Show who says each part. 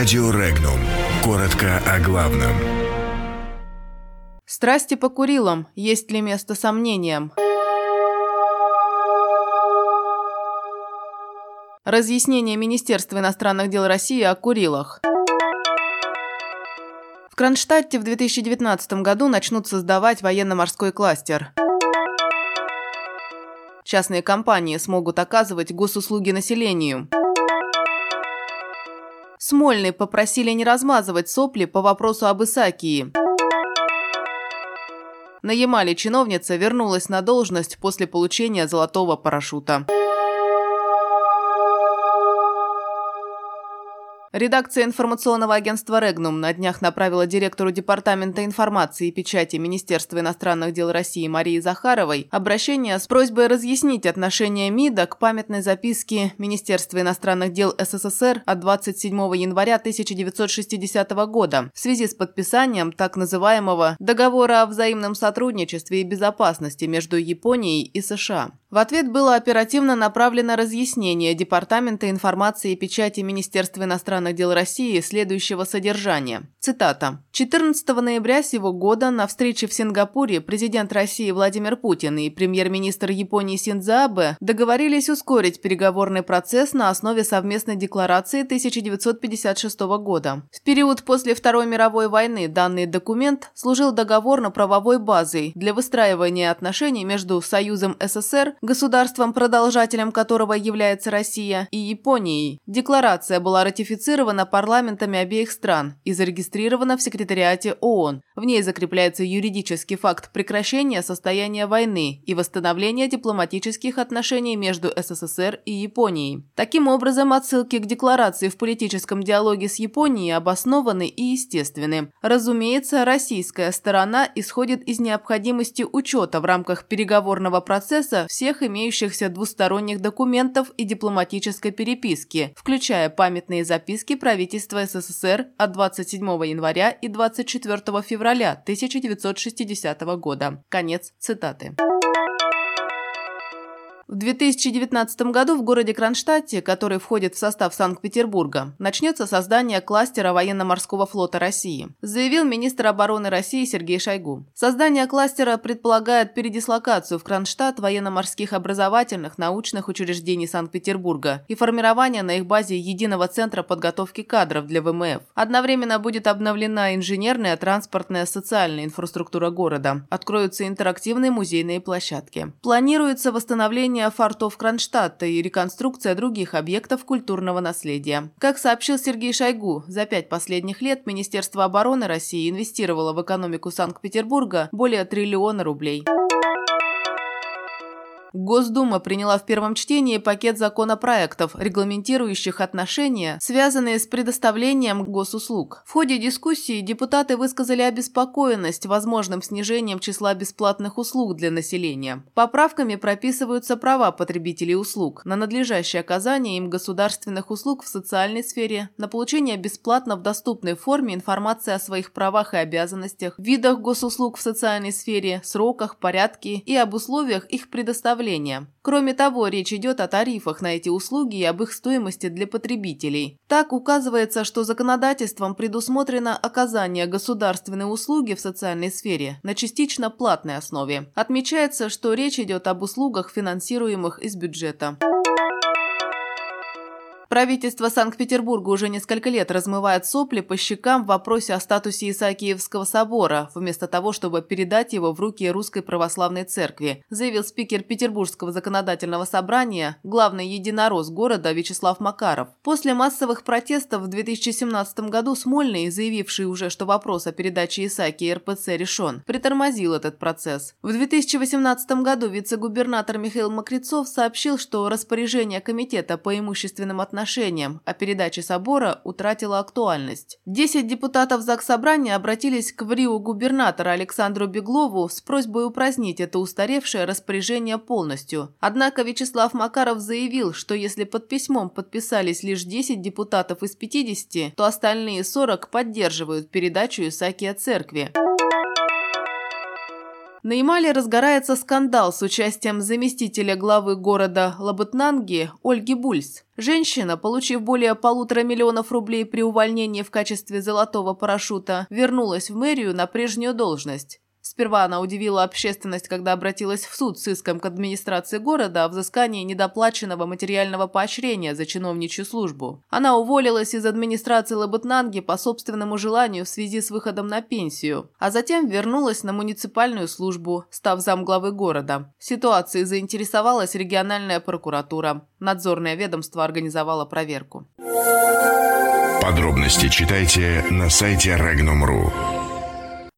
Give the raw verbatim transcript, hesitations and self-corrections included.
Speaker 1: Радио Регнум. Коротко о главном.
Speaker 2: Страсти по Курилам. Есть ли место сомнениям? Разъяснение Министерства иностранных дел России о Курилах. В Кронштадте в две тысячи девятнадцатом году начнут создавать военно-морской кластер. Частные компании смогут оказывать госуслуги населению. Смольный попросили не размазывать сопли по вопросу об Исаакии. На Ямале чиновница вернулась на должность после получения золотого парашюта. Редакция информационного агентства «Регнум» на днях направила директору Департамента информации и печати Министерства иностранных дел России Марии Захаровой обращение с просьбой разъяснить отношение МИДа к памятной записке Министерства иностранных дел СССР от двадцать седьмого января тысяча девятьсот шестидесятого года в связи с подписанием так называемого «Договора о взаимном сотрудничестве и безопасности» между Японией и США. В ответ было оперативно направлено разъяснение Департамента информации и печати Министерства иностранных дел России следующего содержания. Цитата. четырнадцатого ноября сего года на встрече в Сингапуре президент России Владимир Путин и премьер-министр Японии Синдзо Абэ договорились ускорить переговорный процесс на основе совместной декларации тысяча девятьсот пятьдесят шестого года. В период после Второй мировой войны данный документ служил договорно-правовой базой для выстраивания отношений между Союзом СССР, государством-продолжателем которого является Россия, и Японией. Декларация была ратифицирована парламентами обеих стран и зарегистрирована в секретариате ООН. В ней закрепляется юридический факт прекращения состояния войны и восстановления дипломатических отношений между СССР и Японией. Таким образом, отсылки к декларации в политическом диалоге с Японией обоснованы и естественны. Разумеется, российская сторона исходит из необходимости учета в рамках переговорного процесса всех имеющихся двусторонних документов и дипломатической переписки, включая памятные записки правительства СССР от двадцать седьмого января и двадцать четвёртого февраля тысяча девятьсот шестидесятого года. Конец цитаты. В две тысячи девятнадцатом году в городе Кронштадте, который входит в состав Санкт-Петербурга, начнется создание кластера военно-морского флота России, заявил министр обороны России Сергей Шойгу. Создание кластера предполагает передислокацию в Кронштадт военно-морских образовательных научных учреждений Санкт-Петербурга и формирование на их базе единого центра подготовки кадров для ВМФ. Одновременно будет обновлена инженерная, транспортная, социальная инфраструктура города. Откроются интерактивные музейные площадки. Планируется восстановление фортов Кронштадта и реконструкция других объектов культурного наследия. Как сообщил Сергей Шойгу, за пять последних лет Министерство обороны России инвестировало в экономику Санкт-Петербурга более триллиона рублей. Госдума приняла в первом чтении пакет законопроектов, регламентирующих отношения, связанные с предоставлением госуслуг. В ходе дискуссии депутаты высказали обеспокоенность возможным снижением числа бесплатных услуг для населения. Поправками прописываются права потребителей услуг на надлежащее оказание им государственных услуг в социальной сфере, на получение бесплатно в доступной форме информации о своих правах и обязанностях, видах госуслуг в социальной сфере, сроках, порядке и об условиях их предоставления. Кроме того, речь идет о тарифах на эти услуги и об их стоимости для потребителей. Так указывается, что законодательством предусмотрено оказание государственной услуги в социальной сфере на частично платной основе. Отмечается, что речь идет об услугах, финансируемых из бюджета. Правительство Санкт-Петербурга уже несколько лет размывает сопли по щекам в вопросе о статусе Исаакиевского собора, вместо того, чтобы передать его в руки Русской Православной Церкви, заявил спикер Петербургского законодательного собрания, главный единорос города Вячеслав Макаров. После массовых протестов в две тысячи семнадцатом году Смольный, заявивший уже, что вопрос о передаче Исаакии эр пэ цэ решен, притормозил этот процесс. В две тысячи восемнадцатом году вице-губернатор Михаил Мокрицов сообщил, что распоряжение комитета по имущественным отношениям о передаче собора утратила актуальность. Десять депутатов Заксобрания обратились к врио-губернатора Александру Беглову с просьбой упразднить это устаревшее распоряжение полностью. Однако Вячеслав Макаров заявил, что если под письмом подписались лишь десять депутатов из пятидесяти, то остальные сорок поддерживают передачу Исаакия церкви. На Ямале разгорается скандал с участием заместителя главы города Лабытнанги Ольги Бульс. Женщина, получив более полутора миллионов рублей при увольнении в качестве золотого парашюта, вернулась в мэрию на прежнюю должность. Сперва она удивила общественность, когда обратилась в суд с иском к администрации города о взыскании недоплаченного материального поощрения за чиновничью службу. Она уволилась из администрации Лабытнанги по собственному желанию в связи с выходом на пенсию, а затем вернулась на муниципальную службу, став замглавы города. Ситуацией заинтересовалась региональная прокуратура. Надзорное ведомство организовало проверку.
Speaker 1: Подробности читайте на сайте регнум точка ру.